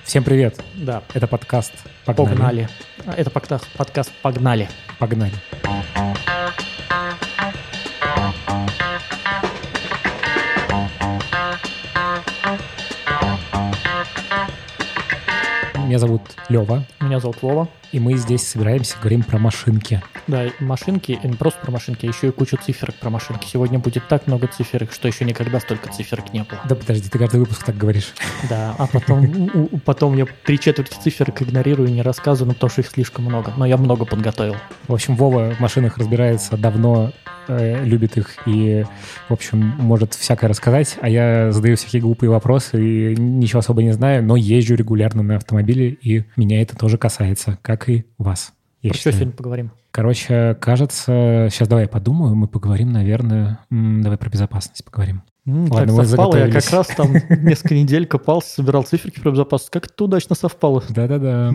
Всем привет. Да. Это подкаст «Погнали». Это подкаст «Погнали». Погнали. Меня зовут Лёва. Меня зовут Вова. И мы здесь собираемся, говорим про машинки. Да, машинки, и не просто про машинки, а еще и кучу циферок про машинки. Сегодня будет так много циферок, что еще никогда столько циферок не было. Да подожди, ты каждый выпуск так говоришь. Да, а потом я 3/4 циферок игнорирую и не рассказываю, потому что их слишком много. Но я много подготовил. В общем, Вова в машинах разбирается давно, любит их и, в общем, может всякое рассказать, а я задаю всякие глупые вопросы и ничего особо не знаю, но езжу регулярно на автомобиле, и меня это тоже касается, как и вас. Про что сегодня поговорим? Короче, кажется, сейчас давай я подумаю, мы поговорим, наверное, давай про безопасность поговорим. Ладно, так совпало, я как раз там несколько недель копался, собирал циферки про безопасность. Как это удачно совпало. Да-да-да,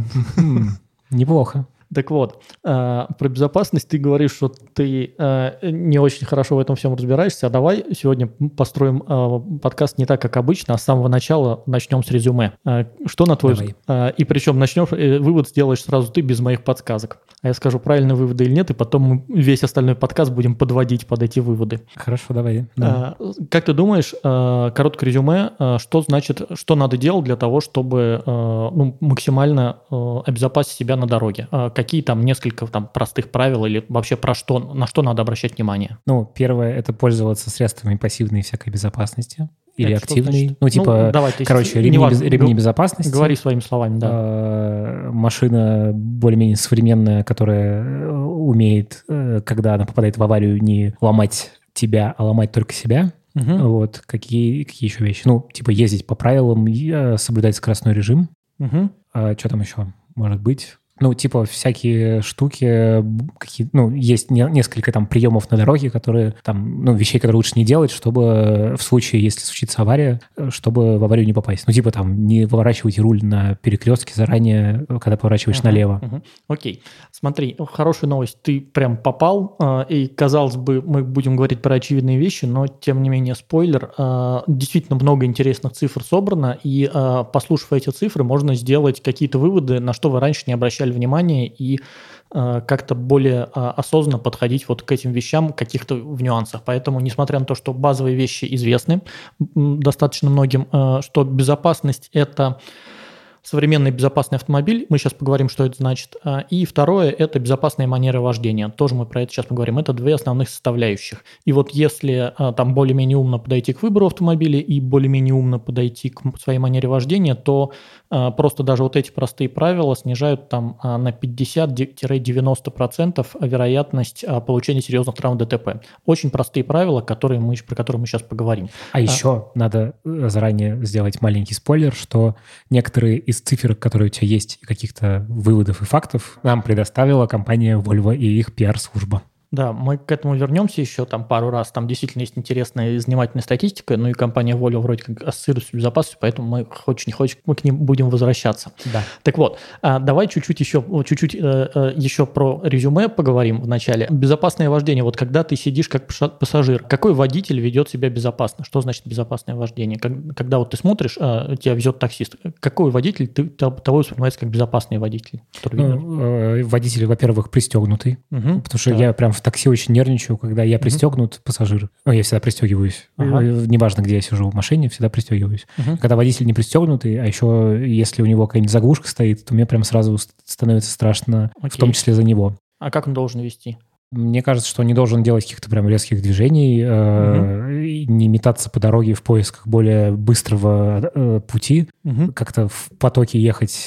неплохо. Так вот, про безопасность ты говоришь, что ты не очень хорошо в этом всем разбираешься, а давай сегодня построим подкаст не так, как обычно, а с самого начала начнем с резюме. Что на твой взгляд? И причем вывод сделаешь сразу ты без моих подсказок. А я скажу, правильные выводы или нет, и потом мы весь остальной подкаст будем подводить под эти выводы. Хорошо, давай. Да. Как ты думаешь, короткое резюме, что надо делать для того, чтобы максимально обезопасить себя на дороге? Какие там несколько простых правил или вообще на что надо обращать внимание? Первое – это пользоваться средствами пассивной всякой безопасности. Или это активный. Давай, ремни безопасности. Говори своими словами, да. Машина более-менее современная, которая умеет, когда она попадает в аварию, не ломать тебя, а ломать только себя. Угу. Вот. Какие еще вещи? Ездить по правилам, соблюдать скоростной режим. Угу. Что там еще может быть? Всякие штуки, есть несколько там приемов на дороге, которые вещей, которые лучше не делать, чтобы в случае, если случится авария, чтобы в аварию не попасть. Не выворачивайте руль на перекрестке заранее, когда поворачиваешь налево. Окей. Смотри, хорошая новость. Ты прям попал, и, казалось бы, мы будем говорить про очевидные вещи, но, тем не менее, спойлер, действительно много интересных цифр собрано, и, послушав эти цифры, можно сделать какие-то выводы, на что вы раньше не обращали внимание и как-то более осознанно подходить вот к этим вещам каких-то в нюансах. Поэтому, несмотря на то, что базовые вещи известны достаточно многим, что безопасность – это современный безопасный автомобиль, мы сейчас поговорим, что это значит. И второе – это безопасная манера вождения. Тоже мы про это сейчас поговорим. Это две основных составляющих. И вот если там более-менее умно подойти к выбору автомобиля и более-менее умно подойти к своей манере вождения, то просто даже вот эти простые правила снижают там на 50-90% вероятность получения серьезных травм ДТП. Очень простые правила, про которые мы сейчас поговорим. Еще надо заранее сделать маленький спойлер, что некоторые из циферок, которые у тебя есть, и каких-то выводов и фактов, нам предоставила компания Volvo и их пиар-служба. Да, мы к этому вернемся еще пару раз. Там действительно есть интересная и занимательная статистика, и компания Volvo вроде как ассоциируется с безопасностью, поэтому мы, хочешь не хочешь, мы к ним будем возвращаться. Да. Так вот, давай чуть-чуть еще про резюме поговорим в начале. Безопасное вождение. Вот когда ты сидишь как пассажир, какой водитель ведет себя безопасно? Что значит безопасное вождение? Когда вот ты смотришь, тебя везет таксист, какой водитель того воспринимается как безопасный водитель? Водитель, во-первых, пристегнутый, потому что я прям в такси очень нервничаю, когда я пристегнут, пассажир. Я всегда пристегиваюсь. Неважно, где я сижу в машине, всегда пристегиваюсь. Когда водитель не пристегнутый, а еще если у него какая-нибудь заглушка стоит, то мне прям сразу становится страшно, в том числе за него. А как он должен вести? Мне кажется, что он не должен делать каких-то прям резких движений, не метаться по дороге в поисках более быстрого пути, как-то в потоке ехать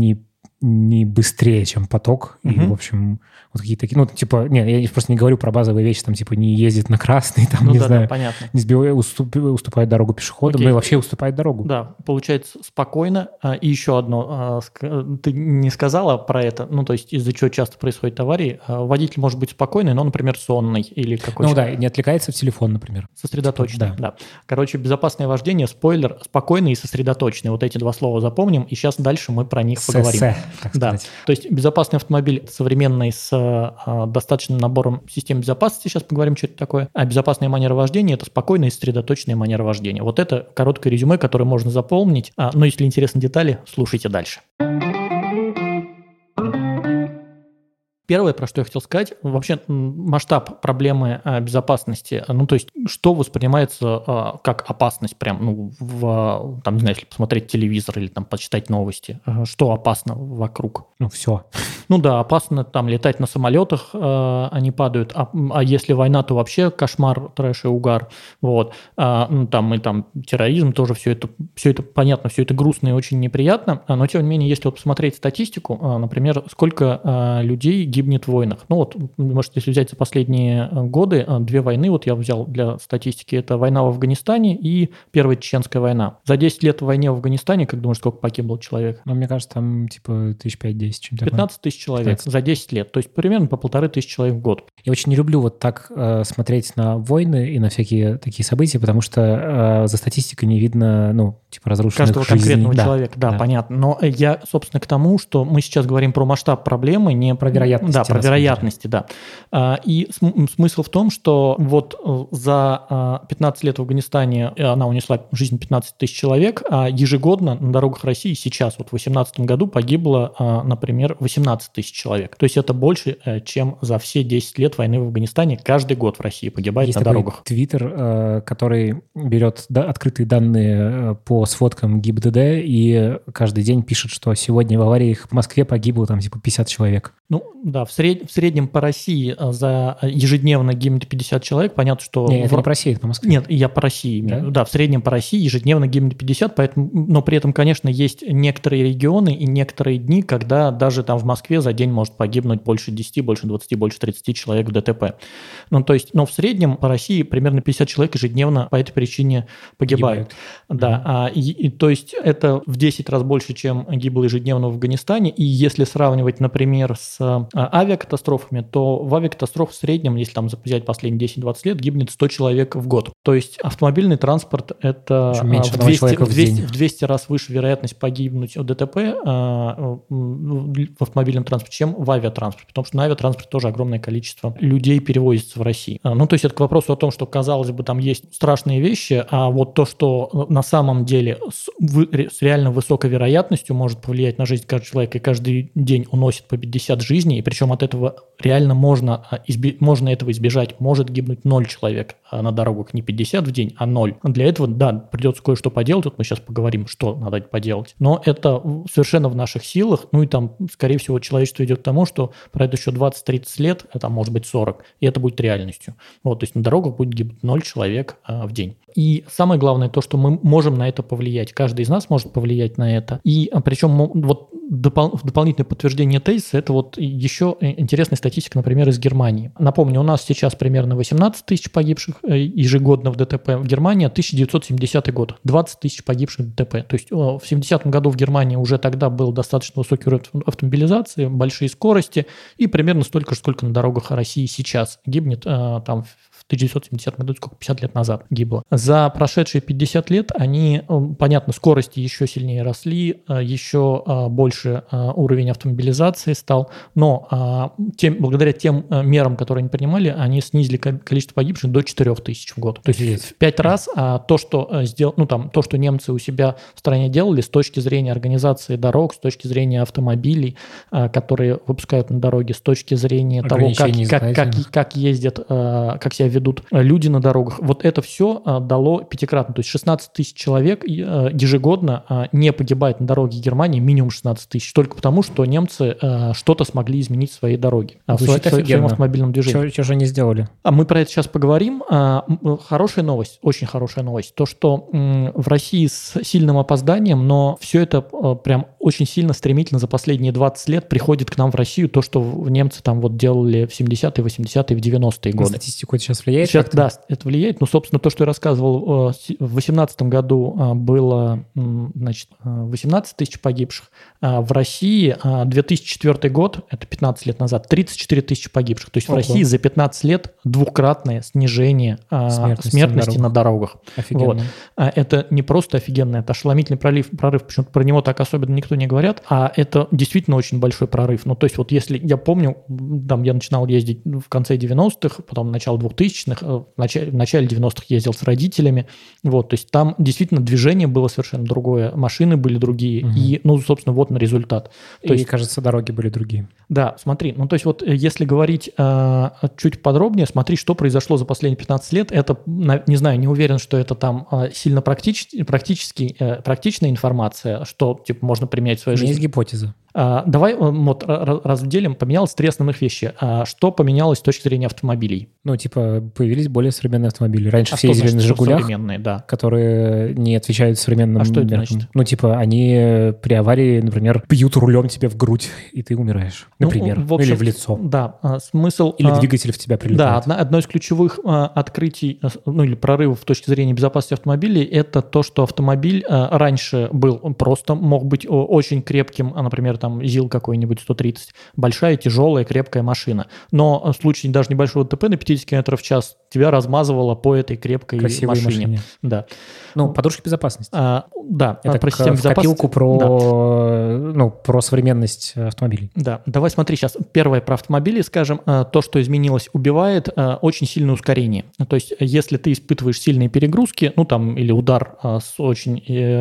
не быстрее, чем поток. И, в общем, вот какие-то такие... я просто не говорю про базовые вещи, не ездит на красный, понятно. Не сбивает, уступает дорогу пешеходам, и вообще уступает дорогу. Да, получается спокойно. И еще одно. Ты не сказала про это, из-за чего часто происходят аварии. Водитель может быть спокойный, но, например, сонный или какой-то... не отвлекается в телефон, например. Сосредоточенный, да. Короче, безопасное вождение, спойлер, спокойный и сосредоточенный. Вот эти два слова запомним, и сейчас дальше мы про них поговорим. так Да, сказать. то есть безопасный автомобиль современный с достаточным набором систем безопасности, сейчас поговорим, что это такое, а безопасная манера вождения – это спокойная и сосредоточенная манера вождения. Вот это короткое резюме, которое можно запомнить, но если интересны детали, слушайте дальше. Первое, про что я хотел сказать, вообще масштаб проблемы безопасности, то есть что воспринимается как опасность, прям, там, не знаю, если посмотреть телевизор или там почитать новости, что опасно вокруг? Все. Да, опасно там летать на самолетах, они падают, а если война, то вообще кошмар, трэш и угар, вот, там терроризм, тоже все это понятно, все это грустно и очень неприятно, но тем не менее, если вот посмотреть статистику, например, сколько людей гибнет в войнах. Может, если взять за последние годы, 2 войны, вот я взял для статистики, это война в Афганистане и Первая Чеченская война. За 10 лет в войне в Афганистане, как думаешь, сколько погибло человек? Мне кажется, там типа 5-10, чем-то 15 тысяч человек 15. За 10 лет, то есть примерно по 1500 человек в год. Я очень не люблю вот так смотреть на войны и на всякие такие события, потому что за статистикой не видно, разрушенных каждого жизней. Конкретного человека, да, понятно. Но я, собственно, к тому, что мы сейчас говорим про масштаб проблемы, не про вероятности. Да, про вероятности, да. И смысл в том, что вот за 15 лет в Афганистане она унесла жизнь 15 тысяч человек, а ежегодно на дорогах России сейчас, вот в 2018 году погибло, например, 18 тысяч человек. То есть это больше, чем за все 10 лет войны в Афганистане каждый год в России погибает на дорогах. Твиттер, который берет открытые данные по сводкам ГИБДД и каждый день пишет, что сегодня в авариях в Москве погибло там типа 50 человек. Да, в среднем по России за ежедневно гибнет 50 человек. Понятно, что... Нет, это не по России, это по Москве. Нет, я по России имею. Да, в среднем по России ежедневно гибнет 50, поэтому, но при этом, конечно, есть некоторые регионы и некоторые дни, когда даже там в Москве за день может погибнуть больше 10, больше 20, больше 30 человек в ДТП. В среднем по России примерно 50 человек ежедневно по этой причине погибают. Да, то есть это в 10 раз больше, чем гибло ежедневно в Афганистане. И если сравнивать, например, с авиакатастрофами, то в авиакатастроф в среднем, если там взять последние 10-20 лет, гибнет 100 человек в год. То есть автомобильный транспорт – это в 200 раз выше вероятность погибнуть от ДТП в автомобильном транспорте, чем в авиатранспорте, потому что на авиатранспорте тоже огромное количество людей перевозится в России. То есть это к вопросу о том, что, казалось бы, там есть страшные вещи, а вот то, что на самом деле с реально высокой вероятностью может повлиять на жизнь каждого человека и каждый день уносит по 50 жизней, и причем от этого реально можно этого избежать. Может гибнуть 0 человек на дорогах, не 50 в день, а 0. Для этого, да, придется кое-что поделать. Вот мы сейчас поговорим, что надо поделать. Но это совершенно в наших силах. И там, скорее всего, человечество идет к тому, что пройдет еще 20-30 лет, это может быть 40, и это будет реальностью. То есть на дорогах будет гибнуть 0 человек в день. И самое главное то, что мы можем на это повлиять. Каждый из нас может повлиять на это. И причем в дополнительное подтверждение тезиса это вот еще интересная статистика, например, из Германии. Напомню, у нас сейчас примерно 18 тысяч погибших ежегодно в ДТП. В Германии 1970 год. 20 тысяч погибших в ДТП. То есть в 70-м году в Германии уже тогда был достаточно высокий уровень автомобилизации, большие скорости и примерно столько же, сколько на дорогах России сейчас гибнет там в 1970 году, сколько, 50 лет назад гибло. За прошедшие 50 лет они, понятно, скорости еще сильнее росли, еще больше уровень автомобилизации стал, но благодаря тем мерам, которые они принимали, они снизили количество погибших до 4000 в год. То есть в 5 раз то, что то, что немцы у себя в стране делали с точки зрения организации дорог, с точки зрения автомобилей, которые выпускают на дороге, с точки зрения того, как ездят, как себя ведут люди на дорогах. Вот это все дало пятикратно. То есть 16 тысяч человек ежегодно не погибает на дороге Германии, минимум 16 тысяч, только потому, что немцы что-то смогли изменить в своей дороге, в своем автомобильном движении. Что же они сделали? Мы про это сейчас поговорим. Хорошая новость, очень хорошая новость. То, что в России с сильным опозданием, но все это прям очень сильно, стремительно за последние 20 лет приходит к нам в Россию, то, что немцы там вот делали в 70-е, 80-е, в 90-е годы. На статистику это сейчас влияет? Сейчас, да, это влияет. Собственно, то, что я рассказывал, в 2018 году было 18 тысяч погибших. В России 2004 год, это 15 лет назад, 34 тысячи погибших. То есть в России за 15 лет двукратное снижение смертности на дорогах. Офигенно. Это не просто офигенно, это ошеломительный прорыв. Почему-то про него так особенно никто не говорят, а это действительно очень большой прорыв. Ну, то есть вот если, я помню, там я начинал ездить в конце 90-х, потом в начале 2000-х, в начале 90-х ездил с родителями, вот, то есть там действительно движение было совершенно другое, машины были другие, и, ну, собственно, вот на результат. То есть, кажется, дороги были другие. Да, смотри, ну, то есть вот если говорить чуть подробнее, смотри, что произошло за последние 15 лет, это, не знаю, не уверен, что это там сильно практичная информация, что, типа, можно применять в своей жизни. Есть гипотеза. Давай вот разделим, поменялось 3 основных вещи. Что поменялось с точки зрения автомобилей? Ну, типа, появились более современные автомобили. Раньше все ездили на «Жигулях», современные, да, которые не отвечают современным что это меркам. значит? Ну, типа, они при аварии, например, бьют рулем тебе в грудь, и ты умираешь. Например. Ну, в общем, или в лицо. Да, смысл... Или двигатель в тебя прилетает. Да, одно из ключевых открытий, ну, или прорывов с точки зрения безопасности автомобилей, это то, что автомобиль раньше был просто, мог быть очень крепким, например, там, ЗИЛ какой-нибудь 130, большая, тяжелая, крепкая машина. Но в случае даже небольшого ДТП на 50 км в час тебя размазывало по этой крепкой машине. Да. Ну, подушки безопасности. Да, это про систему безопасности. В копилку про современность автомобилей. Да, давай смотри сейчас. Первое про автомобили, скажем, то, что изменилось, убивает очень сильное ускорение. То есть, если ты испытываешь сильные перегрузки, ну там, или удар с очень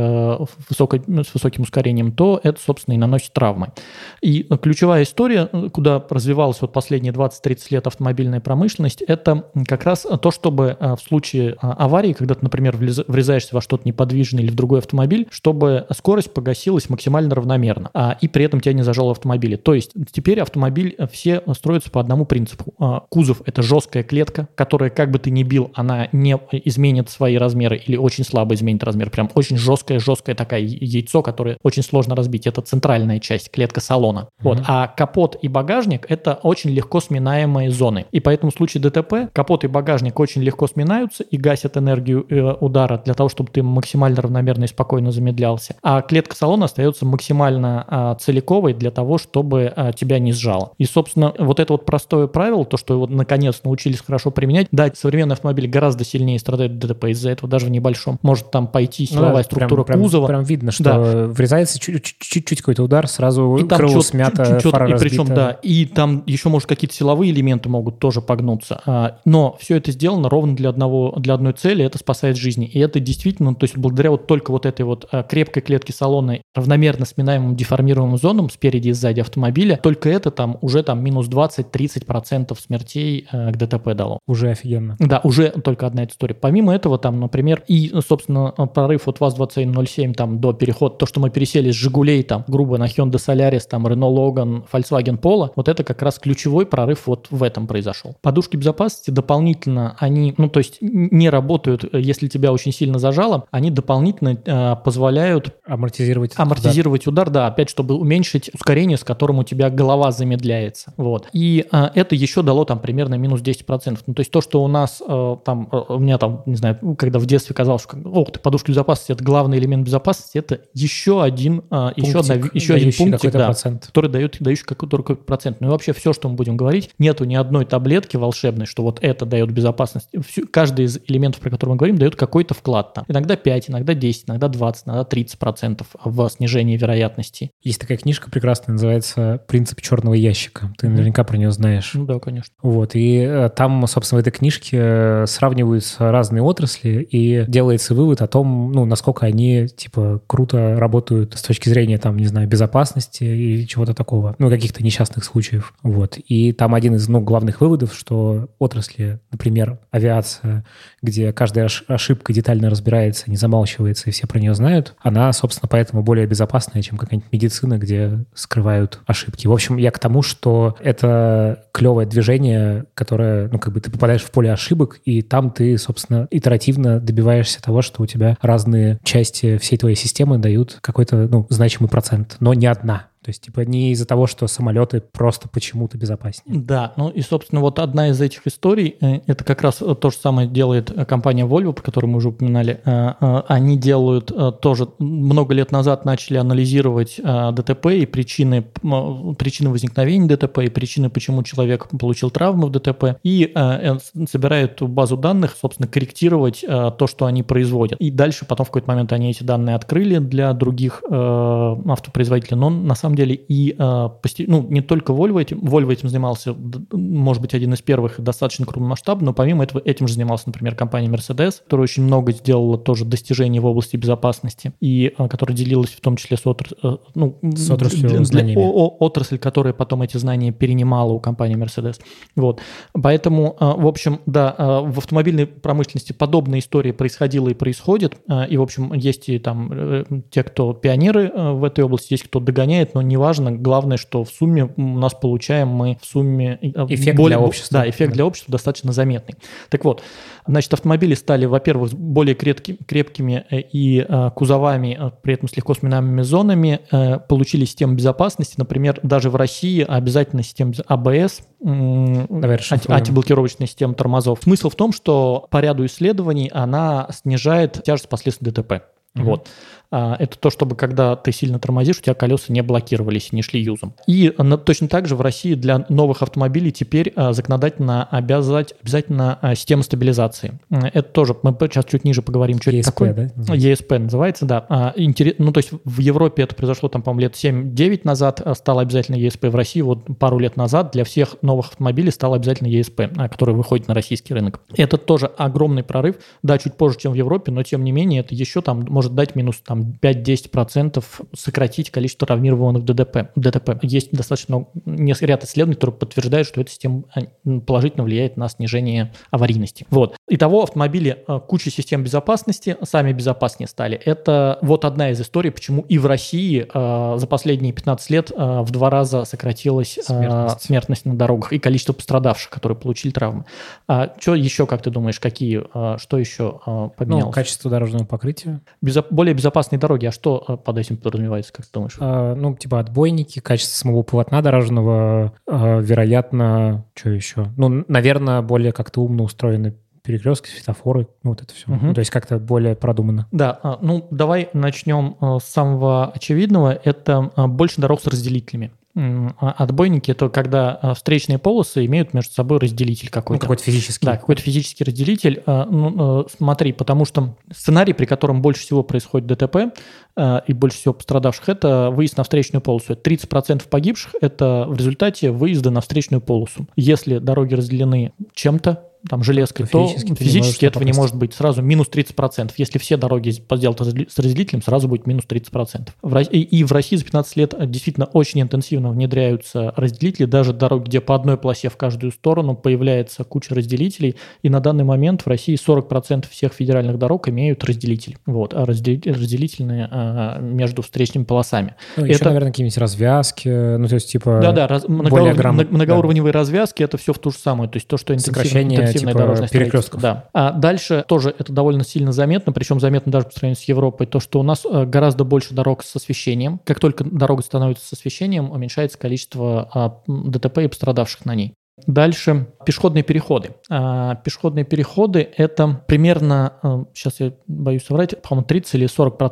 с высоким ускорением, то это, собственно, и наносит травмы. И ключевая история, куда развивалась вот последние 20-30 лет автомобильная промышленность, это как раз то, чтобы в случае аварии, когда ты, например, врезаешься во что-то неподвижное или в другой автомобиль, чтобы скорость погасилась максимально равномерно, и при этом тебя не зажало в автомобиле. То есть теперь автомобиль все строятся по одному принципу. Кузов – это жесткая клетка, которая, как бы ты ни бил, она не изменит свои размеры или очень слабо изменит размер. Прям очень жесткое такое яйцо, которое очень сложно разбить. Это центральная часть, клетка салона. Вот. А капот и багажник – это очень легко сминаемые зоны. И поэтому в случае ДТП капот и багажник очень легко сминаются и гасят энергию удара для того, чтобы ты максимально равномерно и спокойно замедлялся. А клетка салона остается максимально целиковой для того, чтобы тебя не сжало. И, собственно, вот это вот простое правило, то, что его наконец научились хорошо применять. Да, современный автомобиль гораздо сильнее страдает от ДТП из-за этого, даже в небольшом. Может там пойти силовая структура кузова. Прям видно, что врезается чуть-чуть какой-то удар, сразу крыло смято, фара разбита. Причем, да, и там еще, может, какие-то силовые элементы могут тоже погнуться. Но все это сделано ровно для одной цели, это спасает жизни. И это действительно, то есть благодаря вот только вот этой вот крепкой клетке салона, равномерно сминаемым деформируемым зонам спереди и сзади автомобиля, только это там уже там минус 20-30% смертей к ДТП дало. Уже офигенно. Да, уже только одна эта история. Помимо этого, там, например, и, собственно, прорыв от ВАЗ-2107 там до перехода, то, что мы пересели с «Жигулей», там, грубо, на Hyundai Solaris, там, Renault Logan, Volkswagen Polo, вот это как раз ключевой прорыв вот в этом произошел. Подушки безопасности дополнительно, они, ну, то есть не работают, если тебя очень сильно зажало, они дополнительно позволяют амортизировать удар, да, опять, чтобы уменьшить ускорение, с которым у тебя голова замедляется. Вот. И это еще дало там примерно минус 10%. Ну, то есть то, что у нас там, у меня там, не знаю, когда в детстве казалось, что подушки безопасности – это главный элемент безопасности, это еще один пунктик, да, который дающий какой-то процент. Ну и вообще все, что мы будем говорить, нету ни одной таблетки волшебной, что вот это дает безопасность. Каждый из элементов, про которые мы говорим, дает какой-то вклад там. Иногда 5, иногда 10, иногда 20, иногда 30% в снижении вероятности. Есть такая книжка прекрасная, называется «Принцип черного ящика». Ты наверняка про нее знаешь. Ну да, конечно. Вот, и там, собственно, в этой книжке сравниваются разные отрасли и делается вывод о том, ну, насколько они, типа, круто работают с точки зрения, там, не знаю, безопасности или чего-то такого, ну, каких-то несчастных случаев. Вот. И там один из, главных выводов, что отрасли, например, авиация, где каждая ошибка детально разбирается, не замалчивается, и все про нее знают, она, собственно, поэтому более безопасная, чем какая-нибудь медицина, где скрывают ошибки. В общем, я к тому, что это клевое движение, которое, ну, как бы ты попадаешь в поле ошибок, и там ты, собственно, итеративно добиваешься того, что у тебя разные части всей твоей системы дают какой-то, ну, значимый процент, но не одна. То есть, типа, не из-за того, что самолеты просто почему-то безопаснее. Да, ну и, собственно, вот одна из этих историй, это как раз то же самое делает компания Volvo, про которую мы уже упоминали. Они делают тоже, много лет назад начали анализировать ДТП и причины возникновения ДТП, и причины, почему человек получил травму в ДТП, и собирают эту базу данных, собственно, корректировать то, что они производят. И дальше потом в какой-то момент они эти данные открыли для других автопроизводителей, но на самом деле и не только Volvo этим занимался, может быть, один из первых достаточно крупномасштабно, но помимо этого этим же занимался, например, компания Mercedes, которая очень много сделала тоже достижений в области безопасности, и которая делилась в том числе с отраслью знаниями. Отрасль, которая потом эти знания перенимала у компании Mercedes. Вот. Поэтому, в общем, да, в автомобильной промышленности подобная история происходила и происходит, и, в общем, есть и там те, кто пионеры в этой области, есть кто догоняет, но неважно, главное, что в сумме у нас получаем мы в сумме эффект для общества. Да, эффект для общества достаточно заметный. Так вот, значит, автомобили стали, во-первых, более крепкими и кузовами, при этом с легко сминаемыми зонами, получили систему безопасности, например, даже в России обязательно система АБС, антиблокировочная система тормозов. Смысл в том, что по ряду исследований она снижает тяжесть последствий ДТП. Вот. Это то, чтобы когда ты сильно тормозишь, у тебя колеса не блокировались и не шли юзом. И точно так же в России для новых автомобилей теперь законодательно обязательно система стабилизации. Это тоже, мы сейчас чуть ниже поговорим, что это такое. Да? ESP называется, да. То есть в Европе это произошло там, по-моему, лет 7-9 назад, стало обязательно ESP. В России вот пару лет назад для всех новых автомобилей стало обязательно ESP, который выходит на российский рынок. Это тоже огромный прорыв. Да, чуть позже, чем в Европе, но тем не менее это еще там может дать минус 5-10% сократить количество травмированных ДТП. Есть достаточно ряд исследований, которые подтверждают, что эта система положительно влияет на снижение аварийности. Вот. Итого автомобили, куча систем безопасности, сами безопаснее стали. Это вот одна из историй, почему и в России за последние 15 лет в 2 раза сократилась смертность на дорогах и количество пострадавших, которые получили травмы. Что еще, как ты думаешь, что еще поменялось? Качество дорожного покрытия. Более безопасные дороги. А что под этим подразумевается, как ты думаешь? Отбойники, качество самого полотна дорожного, вероятно, что еще? Наверное, более как-то умно устроены перекрестки, светофоры, вот это все. То есть как-то более продуманно. Да, давай начнем с самого очевидного. Это больше дорог с разделителями. Отбойники – это когда встречные полосы имеют между собой разделитель какой-то. Какой-то физический. Да, какой-то физический разделитель. Смотри, потому что сценарий, при котором больше всего происходит ДТП и больше всего пострадавших, это выезд на встречную полосу. 30% погибших – это в результате выезда на встречную полосу. Если дороги разделены чем-то, там, железкой, то физически этого не может быть. Сразу минус 30%. Если все дороги сделаны с разделителем, сразу будет минус 30%. И в России за 15 лет действительно очень интенсивно внедряются разделители. Даже дороги, где по одной полосе в каждую сторону появляется куча разделителей. И на данный момент в России 40% всех федеральных дорог имеют разделитель. Вот, разделительные между встречными полосами. Еще, наверное, какие-нибудь развязки. То есть, типа, многоуровневые развязки, это все в ту же самую. То есть, то, что интенсивное дорожное перекрестков. Да. А дальше тоже это довольно сильно заметно, причем заметно даже по сравнению с Европой, то, что у нас гораздо больше дорог с освещением. Как только дорога становится с освещением, уменьшается количество ДТП и пострадавших на ней. Дальше пешеходные переходы. Пешеходные переходы – это примерно, сейчас я боюсь соврать, по-моему, 30 или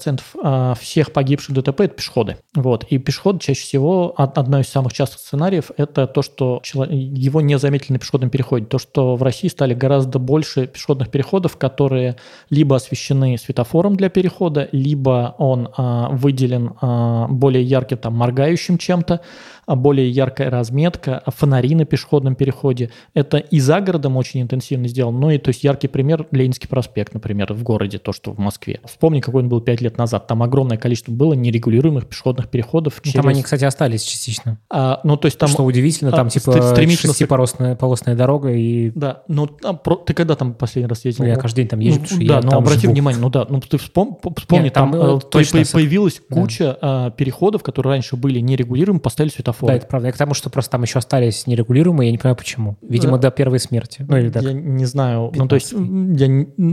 40% всех погибших ДТП – это пешеходы. Вот. И пешеход чаще всего, одно из самых частых сценариев – это то, что его не заметили на пешеходном переходе. То, что в России стали гораздо больше пешеходных переходов, которые либо освещены светофором для перехода, либо он выделен более ярким, моргающим чем-то, более яркая разметка, фонари на пешеходном переходе. Это и за городом очень интенсивно сделано, то есть яркий пример – Ленинский проспект, например, в городе, то, что в Москве. Вспомни, какой он был 5 лет назад. Там огромное количество было нерегулируемых пешеходных переходов. Там они, кстати, остались частично. То есть там, что удивительно, там шестиполосная дорога и... Да, ты когда там последний раз ездил? Я каждый день там езжу, потому что я там обрати внимание, ты вспомни, там появилась куча переходов, которые раньше были нерегулируемы, поставили светофор светофоры. Да, это правда. И к тому, что просто там еще остались нерегулируемые, я не понимаю, почему. Видимо, до первой смерти. Ну, или так. Я не знаю. Ну, то есть, я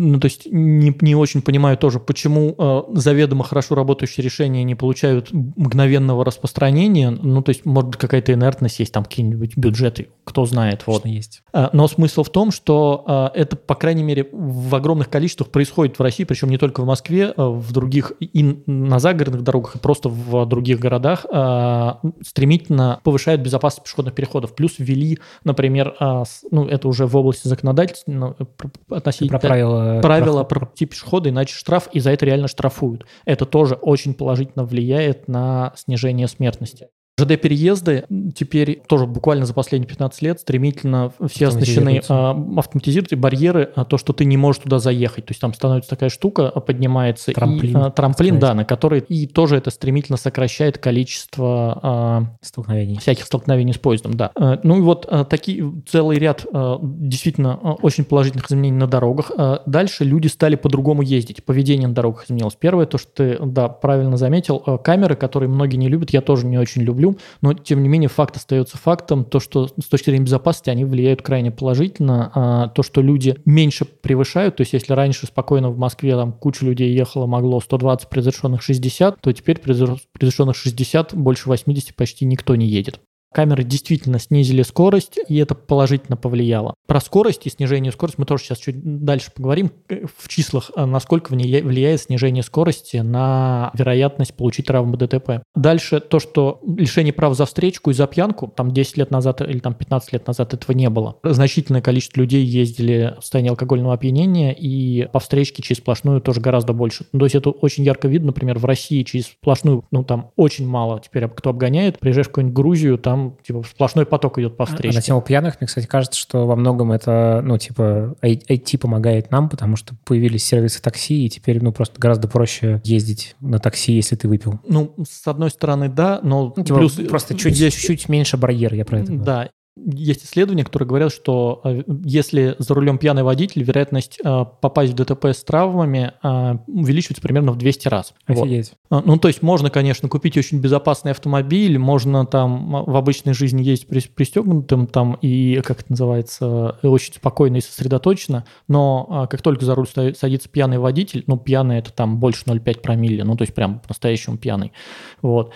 не очень понимаю тоже, почему заведомо хорошо работающие решения не получают мгновенного распространения. Ну, то есть, может быть, какая-то инертность есть, там какие-нибудь бюджеты, кто знает. Вот. Есть. Но смысл в том, что это, по крайней мере, в огромных количествах происходит в России, причем не только в Москве, в других и на загородных дорогах, и просто в других городах стремительно повышают безопасность пешеходных переходов. Плюс ввели, например, ну, это уже в области законодательства, относительно правила про пути пешехода, иначе штраф, и за это реально штрафуют. Это тоже очень положительно влияет на снижение смертности. ЖД-переезды теперь тоже буквально за последние 15 лет стремительно все оснащены автоматизируют, и барьеры, то, что ты не можешь туда заехать. То есть там становится такая штука, поднимается трамплин, да, на который и тоже это стремительно сокращает количество всяких столкновений с поездом. Да. Ну и вот такие целый ряд действительно очень положительных изменений на дорогах. Дальше люди стали по-другому ездить. Поведение на дорогах изменилось. Первое, то, что ты, да, правильно заметил, камеры, которые многие не любят, я тоже не очень люблю. Но, тем не менее, факт остается фактом, то, что с точки зрения безопасности они влияют крайне положительно. То, что люди меньше превышают, то есть если раньше спокойно в Москве там куча людей ехала, могло 120 при разрешенных 60, то теперь при разрешенных 60 больше 80 почти никто не едет. Камеры действительно снизили скорость, и это положительно повлияло. Про скорость и снижение скорости мы тоже сейчас чуть дальше поговорим в числах, насколько влияет снижение скорости на вероятность получить травму ДТП. Дальше то, что лишение прав за встречку и за пьянку, там 10 лет назад или там 15 лет назад этого не было. Значительное количество людей ездили в состоянии алкогольного опьянения, и по встречке через сплошную тоже гораздо больше. То есть это очень ярко видно, например, в России через сплошную, ну там очень мало теперь кто обгоняет. Приезжаешь в какую-нибудь Грузию, там типа сплошной поток идет по встречке. На тему пьяных, мне, кстати, кажется, что во многом это, ну, типа, IT помогает нам, потому что появились сервисы такси, и теперь, ну, просто гораздо проще ездить на такси, если ты выпил. Ну, с одной стороны, да, но ну, типа, плюс просто чуть меньше барьер, я про это говорю. Да. Есть исследования, которые говорят, что если за рулем пьяный водитель, вероятность попасть в ДТП с травмами увеличивается примерно в 200 раз. Офигеть. Вот. Ну, то есть можно, конечно, купить очень безопасный автомобиль, можно там в обычной жизни ездить пристегнутым там и, как это называется, очень спокойно и сосредоточенно, но как только за руль садится пьяный водитель, ну, пьяный это там больше 0,5 промилле, ну, то есть прям по-настоящему пьяный, вот,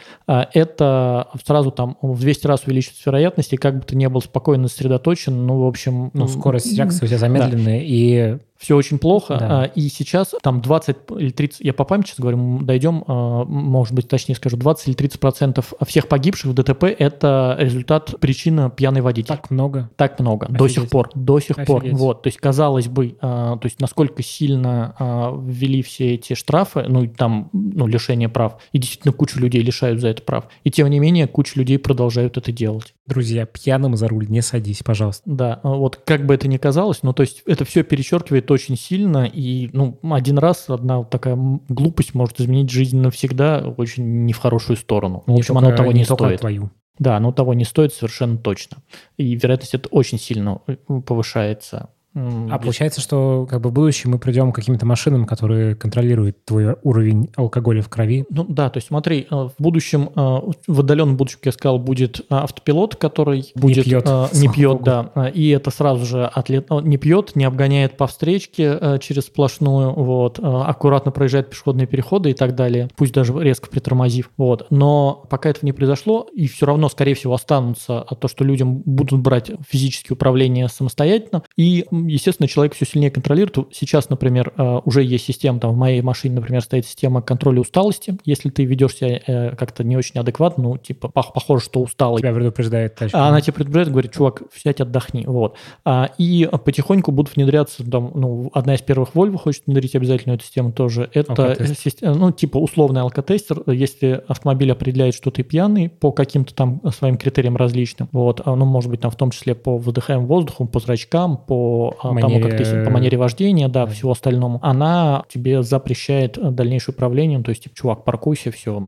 это сразу там в 200 раз увеличивается вероятность, и как бы ты не был спокойно сосредоточен, ну, в общем... Ну, скорость реакции у тебя замедленная, да. И... Все очень плохо, да. И сейчас там 20 или 30, я по памяти сейчас говорю, дойдем, может быть, точнее скажу, 20 или 30% всех погибших в ДТП – это результат, причина пьяный водитель. Так много? Так много, офигеть. До сих пор. Вот, то есть, казалось бы, то есть, насколько сильно ввели все эти штрафы, ну, там, ну, лишение прав, и действительно кучу людей лишают за это прав, и тем не менее куча людей продолжают это делать. Друзья, пьяным за руль не садись, пожалуйста. Да, вот как бы это ни казалось, но то есть это все перечеркивает очень сильно, и ну, один раз одна вот такая глупость может изменить жизнь навсегда очень не в хорошую сторону. В общем, оно того не стоит. Твою. Да, оно того не стоит совершенно точно. И вероятность это очень сильно повышается. А получается, что как бы в будущем мы придем к каким-то машинам, которые контролируют твой уровень алкоголя в крови? Ну да, то есть смотри, в будущем, в отдаленном будущем, как я сказал, будет автопилот, который будет не пьет, да, и это сразу же не пьет, не обгоняет по встречке через сплошную, вот, аккуратно проезжает пешеходные переходы и так далее, пусть даже резко притормозив, вот. Но пока этого не произошло, и все равно, скорее всего, останутся то, что людям будут брать физическое управление самостоятельно, и естественно, человек все сильнее контролирует. Сейчас, например, уже есть система, там в моей машине, например, стоит система контроля усталости. Если ты ведешь себя как-то не очень адекватно, ну, типа, похоже, что усталый. Тебя предупреждает тачка. Она тебя предупреждает, говорит, чувак, сядь, отдохни. Вот. И потихоньку будут внедряться, там, ну, одна из первых Volvo хочет внедрить обязательно эту систему тоже. Это, ну, типа, условный алкотестер. Если автомобиль определяет, что ты пьяный по каким-то там своим критериям различным, вот, ну, может быть, там, в том числе по выдыхаемому воздуху, по зрачкам, по тому, как ты по манере вождения, да, всего остальному, она тебе запрещает дальнейшее управление, то есть, типа, чувак, паркуйся, все.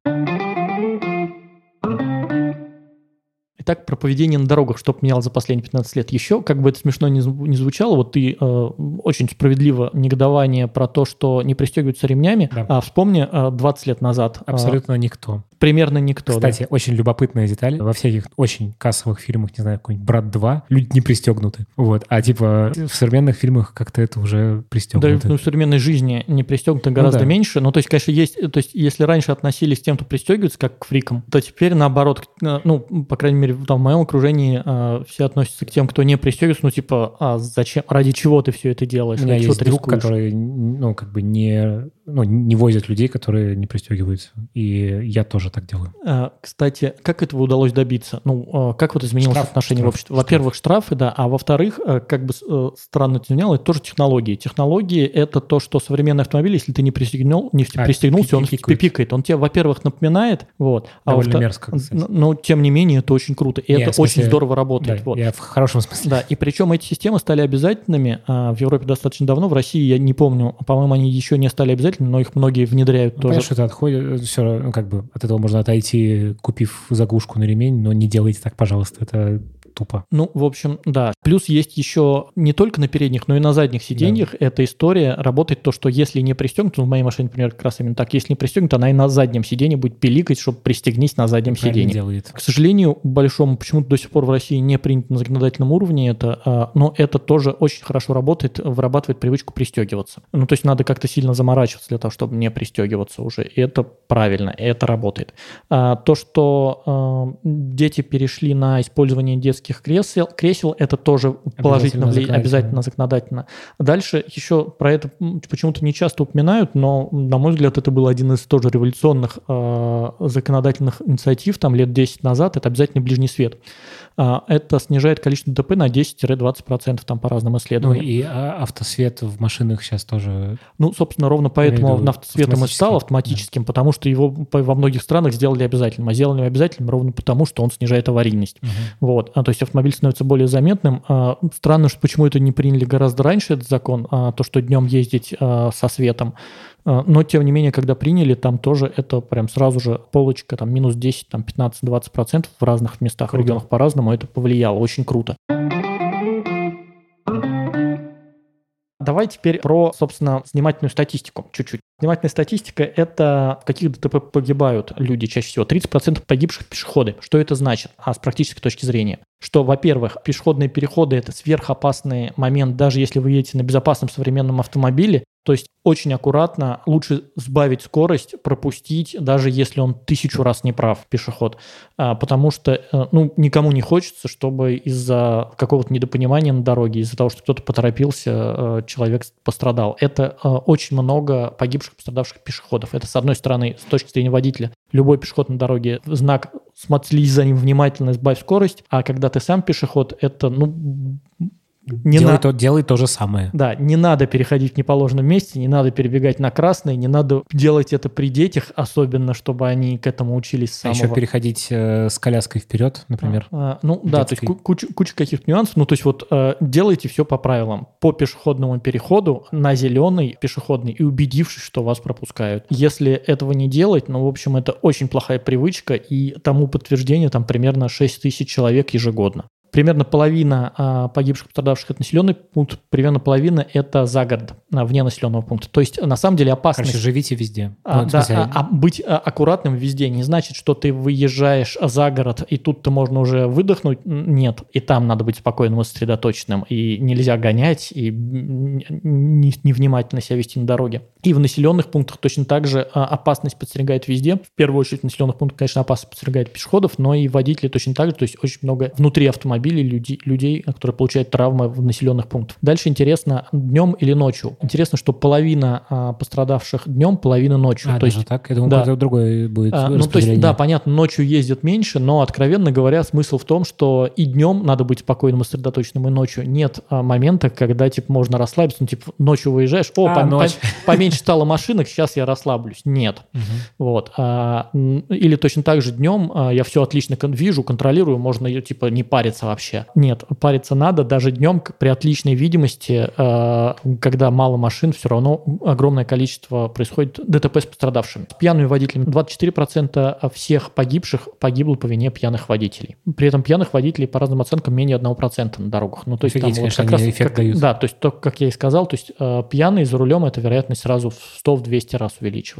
Итак, про поведение на дорогах, что поменялось за последние 15 лет. Еще, как бы это смешно не звучало, вот ты очень справедливо негодование про то, что не пристегиваются ремнями, да. Вспомни 20 лет назад. Абсолютно никто. примерно никто. Кстати, очень любопытная деталь. Во всяких очень кассовых фильмах, не знаю, какой-нибудь «Брат 2», люди не пристегнуты. Вот. А типа в современных фильмах как-то это уже пристегнуто. Да, в современной жизни не пристегнуто гораздо меньше. Ну, то есть, конечно, есть... То есть, если раньше относились к тем, кто пристегивается, как к фрикам, то теперь наоборот, ну, по крайней мере, там, в моем окружении все относятся к тем, кто не пристегивается, ну, типа, а зачем, ради чего ты все это делаешь? У меня есть друг, который, ну, как бы не возит людей, которые не пристегиваются. И я тоже так делаю. Кстати, как этого удалось добиться? Ну, как вот изменилось отношение в обществе? Во-первых, штрафы, да, а во-вторых, как бы странно это звучало, это тоже технологии. Технологии — это то, что современный автомобиль, если ты не пристегнулся, он пипикает. Он тебе, во-первых, напоминает, вот. Довольно мерзко, кстати. Но, тем не менее, это очень круто. И это очень здорово работает. Да, вот. Я в хорошем смысле. Да, и причем эти системы стали обязательными в Европе достаточно давно. В России, я не помню, по-моему, они еще не стали обязательными, но их многие внедряют тоже. Конечно, это отходит, все равно, как бы от этого можно отойти, купив заглушку на ремень, но не делайте так, пожалуйста, это тупо. Ну, в общем, да. Плюс есть еще не только на передних, но и на задних сиденьях эта история работает то, что если не пристегнут, в моей машине, например, как раз именно так, если не пристегнут, она и на заднем сиденье будет пиликать, чтобы пристегнись на заднем сиденье. Делает. К сожалению, большому, почему-то до сих пор в России не принято на законодательном уровне это, но это тоже очень хорошо работает, вырабатывает привычку пристегиваться. Ну, то есть надо как-то сильно заморачиваться для того, чтобы не пристегиваться уже. И это правильно, и это работает. То, что дети перешли на использование детских кресел, это тоже положительно влияет, обязательно законодательно. Дальше еще про это почему-то не часто упоминают, но, на мой взгляд, это был один из тоже революционных законодательных инициатив, там лет 10 назад, это обязательно ближний свет. Это снижает количество ДТП на 10-20%, там по разным исследованиям. Ну и автосвет в машинах сейчас тоже... Ну, собственно, ровно поэтому автосветом и стал автоматическим, да. Потому что его во многих странах сделали обязательным. А сделали обязательным ровно потому, что он снижает аварийность. Вот. То есть автомобиль становится более заметным. Странно, что почему это не приняли гораздо раньше, этот закон, то, что днем ездить со светом. Но, тем не менее, когда приняли, там тоже это прям сразу же полочка, там минус 10, там 15-20% в разных местах, в регионах по-разному, это повлияло. Очень круто. Давай теперь про, собственно, снимательную статистику чуть-чуть. Снимательная статистика – это в каких ДТП погибают люди чаще всего. 30% погибших пешеходы. Что это значит? С практической точки зрения. Что, во-первых, пешеходные переходы – это сверхопасный момент, даже если вы едете на безопасном современном автомобиле. То есть очень аккуратно, лучше сбавить скорость, пропустить, даже если он 1000 раз не прав, пешеход. Потому что никому не хочется, чтобы из-за какого-то недопонимания на дороге, из-за того, что кто-то поторопился, человек пострадал. Это очень много погибших, пострадавших пешеходов. Это, с одной стороны, с точки зрения водителя, любой пешеход на дороге, знак «смотри за ним внимательно, сбавь скорость», а когда ты сам пешеход, это, Делай то же самое. Да, не надо переходить в неположенном месте, не надо перебегать на красный, не надо делать это при детях, особенно, чтобы они к этому учились с самого... А еще переходить с коляской вперед, например. Да, то есть куча каких-то нюансов. То есть делайте все по правилам. По пешеходному переходу на зеленый пешеходный и убедившись, что вас пропускают. Если этого не делать, в общем, это очень плохая привычка, и тому подтверждение там примерно 6 тысяч человек ежегодно. Примерно половина погибших, пострадавших – это населенный пункт, примерно половина – это за город, вне населенного пункта. То есть, на самом деле, опасность… Короче, живите везде. Быть аккуратным везде не значит, что ты выезжаешь за город, и тут-то можно уже выдохнуть. Нет, и там надо быть спокойным и сосредоточенным, и нельзя гонять, и невнимательно себя вести на дороге. И в населенных пунктах точно так же опасность подстерегает везде. В первую очередь, в населенных пунктах, конечно, опасность подстерегает пешеходов, но и водители точно так же. То есть, очень много внутри автомобиля людей, которые получают травмы в населенных пунктах. Дальше интересно, днем или ночью. Интересно, что половина пострадавших днем, половина ночью. То есть так? Я думаю, это другое будет распределение. Да, понятно, ночью ездят меньше, но, откровенно говоря, смысл в том, что и днем надо быть спокойным и сосредоточенным, и ночью нет момента, когда, можно расслабиться, ночью выезжаешь, поменьше стало машинок, сейчас я расслаблюсь. Нет. Вот. Или точно так же днем я все отлично вижу, контролирую, можно не париться вообще. Нет, париться надо даже днем при отличной видимости, когда мало машин, все равно огромное количество происходит ДТП с пострадавшими. С пьяными водителями 24% всех погибших погибло по вине пьяных водителей. При этом пьяных водителей, по разным оценкам, менее 1% на дорогах. То есть там конечно, как раз эффект дают. Да, то есть то, как я и сказал, то есть пьяный за рулем, эта вероятность сразу в 100-200 раз увеличивается.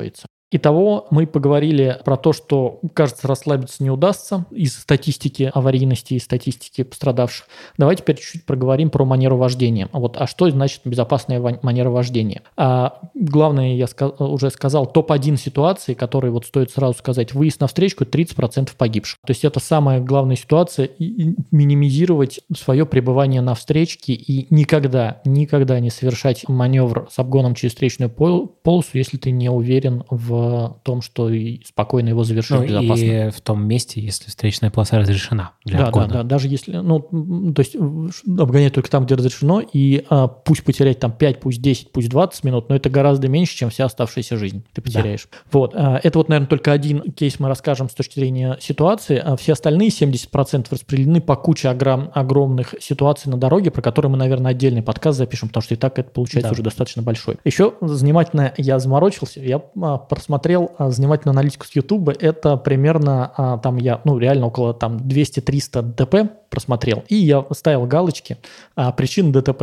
Итого мы поговорили про то, что, кажется, расслабиться не удастся из статистики аварийности и статистики пострадавших. Давайте теперь чуть-чуть проговорим про манеру вождения. А что значит безопасная манера вождения? Главное, я уже сказал, топ-1 ситуации, которые стоит сразу сказать. Выезд на встречку – 30% погибших. То есть это самая главная ситуация – и минимизировать свое пребывание на встречке и никогда не совершать маневр с обгоном через встречную полосу, если ты не уверен в том, что и спокойно его завершить безопасно. И в том месте, если встречная полоса разрешена для обгона. Да, даже если, то есть обгонять только там, где разрешено, и пусть потерять там 5, пусть 10, пусть 20 минут, но это гораздо меньше, чем вся оставшаяся жизнь ты потеряешь. Да. Это наверное, только один кейс мы расскажем с точки зрения ситуации, а все остальные 70% распределены по куче огромных ситуаций на дороге, про которые мы, наверное, отдельный подкаст запишем, потому что и так это получается уже достаточно большой. Еще занимательно я заморочился, я просмотрел занимательную аналитику с YouTube, это примерно там я, реально около там 200-300 ДТП просмотрел, и я ставил галочки причины ДТП,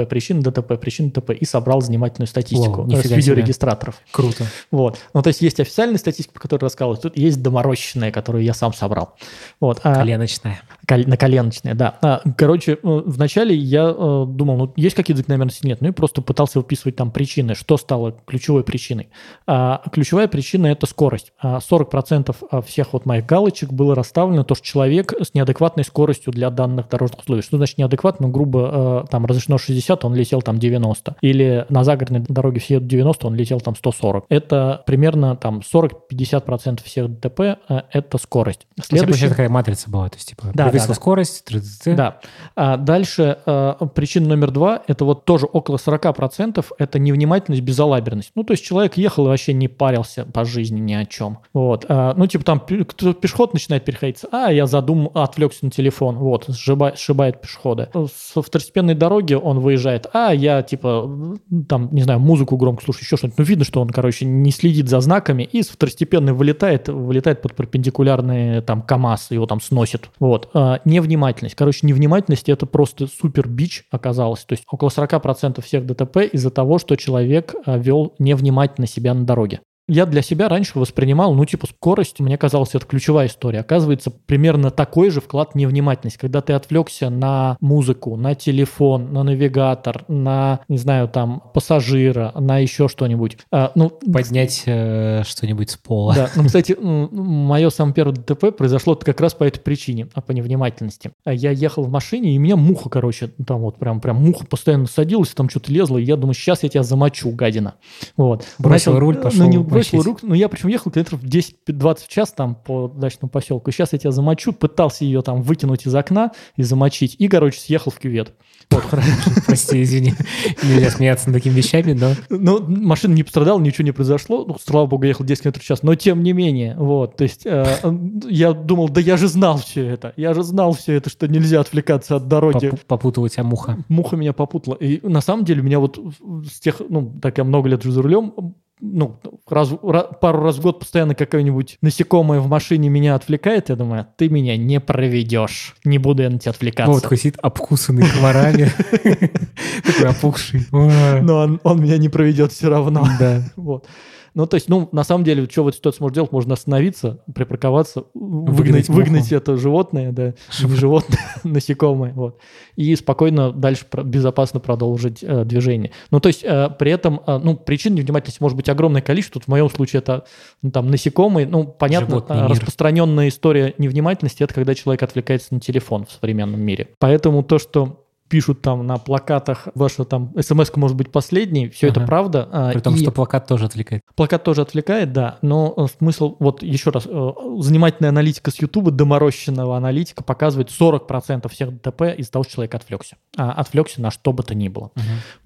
и собрал занимательную статистику с видеорегистраторов. Круто. То есть есть официальная статистика, про которую рассказывал, тут есть доморощенная, которую я сам собрал. Коленочная. Коленочная, да. Короче, вначале я думал, есть какие-то закономерности? Нет. И просто пытался выписывать там причины, что стало ключевой причиной. Ключевая причина – это скорость. 40% всех моих галочек было расставлено то, что человек с неадекватной скоростью для данных дорожных условий. Что значит неадекватно? Грубо, там разрешено 60, он летел там 90. Или на загородной дороге все едут 90, он летел там 140. Это примерно там 40-50% всех ДТП – это скорость. Следующая такая матрица была, то есть повысила скорость. Да. Дальше причина номер 2 – это тоже около 40% – это невнимательность, безалаберность. То есть человек ехал и вообще не парился по жизни ни о чем. Там кто пешеход начинает переходить, я отвлекся на телефон, сшибает пешехода. Со второстепенной дороги он выезжает, я музыку громко слушаю, еще что-нибудь. Видно, что он, не следит за знаками, и с второстепенной вылетает под перпендикулярный КАМАЗ, его там сносит. Невнимательность. Невнимательность – это просто супер бич оказалось. То есть около 40% всех ДТП из-за того, что человек вел невнимательно себя на дороге. Я для себя раньше воспринимал, скорость, мне казалось, это ключевая история. Оказывается, примерно такой же вклад невнимательность. Когда ты отвлекся на музыку, на телефон, на навигатор, на, пассажира, на еще что-нибудь. Поднять что-нибудь с пола. Да, кстати, мое самое первое ДТП произошло как раз по этой причине, по невнимательности. Я ехал в машине, и меня муха, прям муха постоянно садилась, там что-то лезла, и я думаю, сейчас я тебя замочу, гадина. Бросил руль, пошел. Бросил руку, я причем ехал километров 10-20 в час там по дачному поселку. Сейчас я тебя замочу, пытался ее там вытянуть из окна и замочить. И, съехал в кювет. Прости, извини. Нельзя смеяться над такими вещами, но... Машина не пострадала, ничего не произошло. Слава богу, ехал 10 км в час. Но тем не менее, то есть я думал, я же знал все это. Что нельзя отвлекаться от дороги. Попутала тебя муха. Муха меня попутала. И на самом деле меня с тех, так я много лет живу за рулем, пару раз в год постоянно какое-нибудь насекомое в машине меня отвлекает, я думаю, ты меня не проведешь, не буду я на тебя отвлекаться. Такой сидит обкусанный комарами, такой опухший. Но он меня не проведет все равно. Да. То есть, на самом деле, что в этой ситуации можно делать? Можно остановиться, припарковаться, выгнать это животное, не животное, насекомое, и спокойно дальше безопасно продолжить движение. То есть, при этом, причин невнимательности может быть огромное количество. Тут в моем случае это насекомые. Понятно, распространенная история невнимательности – это когда человек отвлекается на телефон в современном мире. Поэтому то, что пишут там на плакатах, ваша там смс-ка может быть последней, все это правда. При том, что плакат тоже отвлекает. Плакат тоже отвлекает, да, но смысл, еще раз, занимательная аналитика с YouTube, доморощенного аналитика показывает 40% всех ДТП из-за того, что человек отвлекся. Отвлекся на что бы то ни было.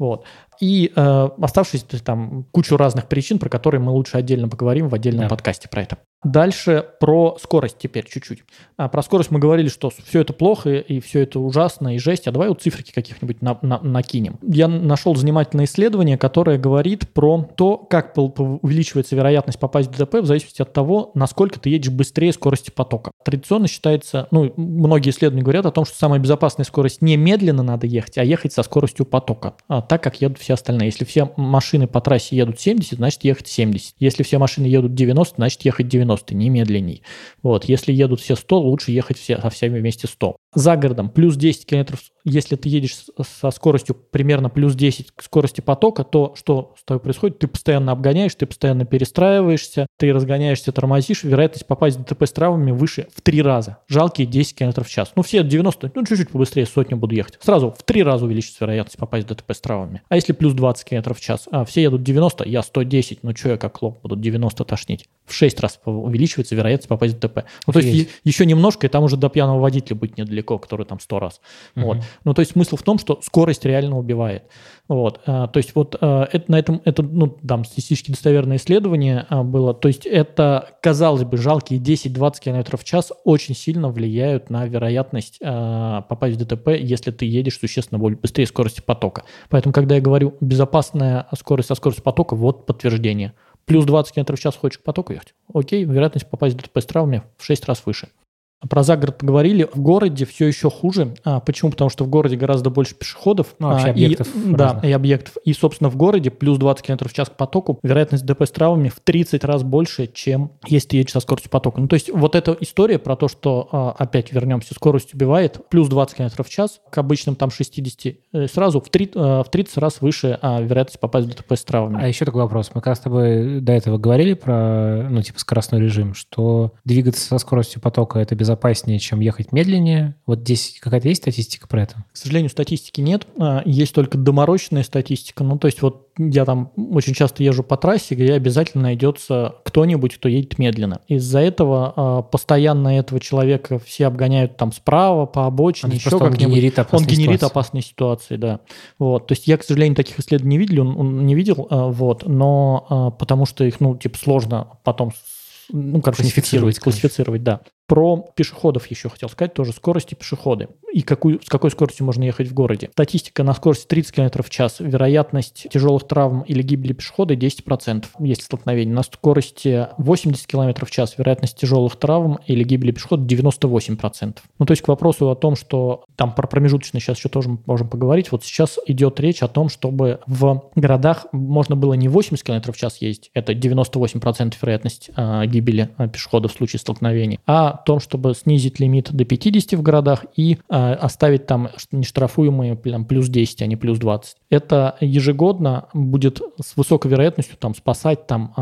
И оставшись там кучу разных причин, про которые мы лучше отдельно поговорим в отдельном подкасте про это. Дальше про скорость теперь чуть-чуть. Про скорость мы говорили, что все это плохо и все это ужасно и жесть. А давай вот циферки каких-нибудь накинем. Я нашел занимательное исследование, которое говорит про то, как увеличивается вероятность попасть в ДТП в зависимости от того, насколько ты едешь быстрее скорости потока. Традиционно считается, многие исследования говорят о том, что самая безопасная скорость не медленно надо ехать, а ехать со скоростью потока, так как едут все остальные. Если все машины по трассе едут 70, значит ехать 70. Если все машины едут 90, значит ехать 90. Не медленней. Вот. Если едут все 100, лучше ехать со всеми вместе 100. За городом плюс 10 км, если ты едешь со скоростью примерно плюс 10 к скорости потока, то что с тобой происходит? Ты постоянно обгоняешь, ты постоянно перестраиваешься, ты разгоняешься, тормозишь, вероятность попасть в ДТП с травмами выше в 3 раза. Жалкие 10 км в час. Все 90, чуть-чуть побыстрее, сотню буду ехать. Сразу в 3 раза увеличится вероятность попасть в ДТП с травмами. А если плюс 20 км в час? Все едут 90, я 110, что я как лох буду 90 тошнить? В 6 раз увеличивается вероятность попасть в ДТП. То есть еще немножко, и там уже до пьяного водителя будет недалеко, который там 100 раз. Вот. То есть смысл в том, что скорость реально убивает. Вот. То есть это статистически достоверное исследование было. То есть это, казалось бы, жалкие 10-20 км в час очень сильно влияют на вероятность попасть в ДТП, если ты едешь существенно быстрее скорости потока. Поэтому, когда я говорю безопасная скорость со скоростью потока, вот подтверждение. Плюс 20 км в час хочешь к потоку ехать? Окей, вероятность попасть в ДТП с травмами в 6 раз выше. Про загород поговорили. В городе все еще хуже. Почему? Потому что в городе гораздо больше пешеходов. Вообще объектов. И объектов. И, собственно, в городе плюс 20 км в час к потоку вероятность ДТП с травмами в 30 раз больше, чем если ты едешь со скоростью потока. То есть вот эта история про то, что, опять вернемся, скорость убивает, плюс 20 км в час, к обычным там 60, сразу в 30 раз выше вероятность попасть в ДТП с травмами. А еще такой вопрос. Мы как раз с тобой до этого говорили про, скоростной режим, что двигаться со скоростью потока – это безопаснее, чем ехать медленнее. Вот здесь какая-то есть статистика про это? К сожалению, статистики нет. Есть только доморощенная статистика. То есть вот я там очень часто езжу по трассе, где обязательно найдется кто-нибудь, кто едет медленно. Из-за этого постоянно этого человека все обгоняют там справа, по обочине, еще как-нибудь. Он генерит опасные ситуации, да. Вот. То есть я, к сожалению, таких исследований не видел, но потому что их, сложно потом классифицировать, да. Про пешеходов еще хотел сказать, тоже скорости пешеходы. И с какой скоростью можно ехать в городе. Статистика: на скорости 30 км в час вероятность тяжелых травм или гибели пешехода 10%, если столкновение. На скорости 80 км в час вероятность тяжелых травм или гибели пешехода 98%. То есть к вопросу о том, что там про промежуточные сейчас еще тоже можем поговорить. Вот сейчас идет речь о том, чтобы в городах можно было не 80 км в час ездить, это 98% вероятность гибели пешехода в случае столкновений, а о том, чтобы снизить лимит до 50 в городах и оставить там нештрафуемые плюс 10, а не плюс 20. Это ежегодно будет с высокой вероятностью спасать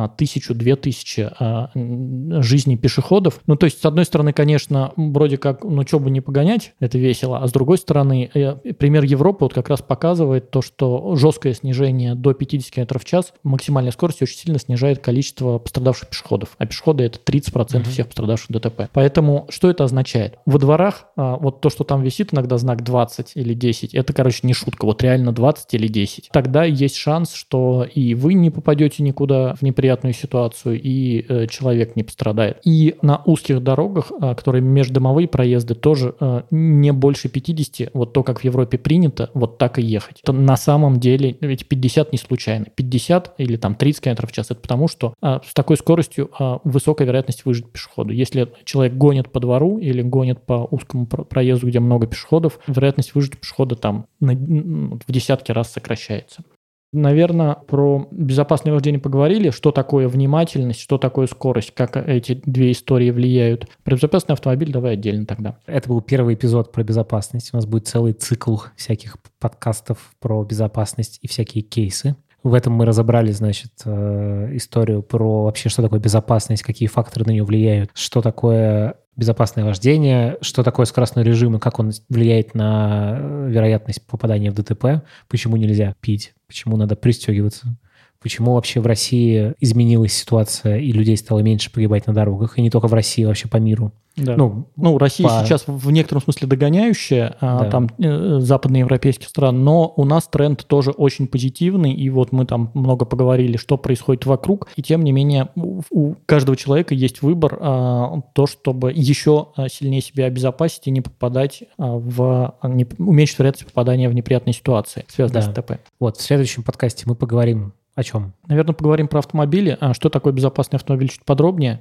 1000-2000 жизней пешеходов. То есть, с одной стороны, конечно, вроде как, что бы не погонять, это весело, а с другой стороны, пример Европы вот как раз показывает то, что жесткое снижение до 50 км в час максимальной скорости очень сильно снижает количество пострадавших пешеходов, а пешеходы — это 30% всех пострадавших ДТП. Поэтому что это означает? Во дворах вот то, что там висит иногда знак 20 или 10, это, не шутка, вот реально 20 или 10. Тогда есть шанс, что и вы не попадете никуда в неприятную ситуацию, и человек не пострадает. И на узких дорогах, которые междомовые проезды, тоже не больше 50, вот то, как в Европе принято, вот так и ехать. Это на самом деле, ведь 50 не случайно. 50 или 30 км в час, это потому, что с такой скоростью высокая вероятность выжить пешеходу. Если человек гонит по двору или гонит по узкому проезду, где много пешеходов, вероятность выжить пешехода в десятки раз сокращается. Наверное, про безопасное вождение поговорили, что такое внимательность, что такое скорость, как эти две истории влияют. Про безопасный автомобиль давай отдельно тогда. Это был первый эпизод про безопасность. У нас будет целый цикл всяких подкастов про безопасность и всякие кейсы. В этом мы разобрали, историю про вообще, что такое безопасность, какие факторы на нее влияют, что такое безопасное вождение, что такое скоростной режим и как он влияет на вероятность попадания в ДТП, почему нельзя пить, почему надо пристегиваться, почему вообще в России изменилась ситуация, и людей стало меньше погибать на дорогах, и не только в России, вообще по миру. Да. Россия сейчас в некотором смысле догоняющая там западноевропейских стран, но у нас тренд тоже очень позитивный, и вот мы там много поговорили, что происходит вокруг, и тем не менее у каждого человека есть выбор, то, чтобы еще сильнее себя обезопасить и не попадать уменьшить вероятность попадания в неприятные ситуации, связанные с ДТП. Вот, в следующем подкасте мы поговорим о чем? Наверное, поговорим про автомобили. Что такое безопасный автомобиль чуть подробнее,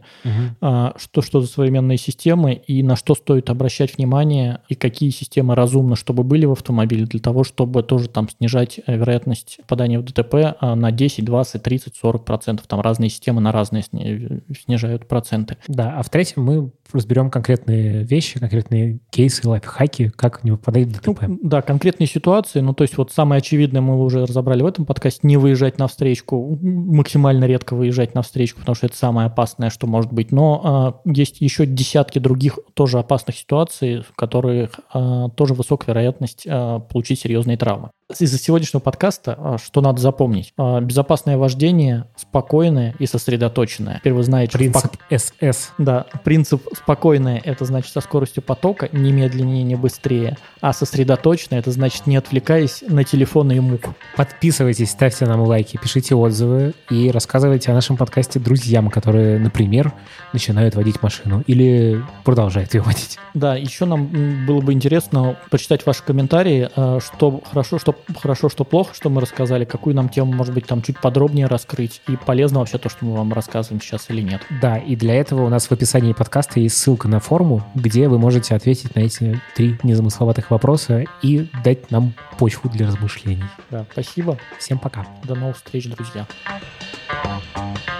что за современные системы и на что стоит обращать внимание, и какие системы разумно, чтобы были в автомобиле, для того, чтобы тоже там снижать вероятность попадания в ДТП на 10, 20, 30, 40%. Там разные системы на разные снижают проценты. Да, а в третьем мы разберем конкретные вещи, конкретные кейсы, лайфхаки, как не попадать в ДТП. Конкретные ситуации. То есть вот самое очевидное мы уже разобрали в этом подкасте. Не выезжать на встречку, максимально редко выезжать на встречку, потому что это самое опасное, что может быть. Но есть еще десятки других тоже опасных ситуаций, в которых тоже высокая вероятность получить серьезные травмы. Из-за сегодняшнего подкаста что надо запомнить? Безопасное вождение, спокойное и сосредоточенное. Теперь вы знаете, принцип СС. Да, принцип спокойное – это значит со скоростью потока, не медленнее, не быстрее. А сосредоточенное – это значит не отвлекаясь на телефон и муку. Подписывайтесь, ставьте нам лайки, пишите отзывы и рассказывайте о нашем подкасте друзьям, которые, например, начинают водить машину или продолжают ее водить. Да, еще нам было бы интересно почитать ваши комментарии, что хорошо, что плохо, что мы рассказали, какую нам тему, может быть, там чуть подробнее раскрыть, и полезно вообще то, что мы вам рассказываем сейчас или нет. Да, и для этого у нас в описании подкаста есть ссылка на форму, где вы можете ответить на эти 3 незамысловатых вопроса и дать нам почву для размышлений. Да, спасибо. Всем пока. До новых встреч, друзья.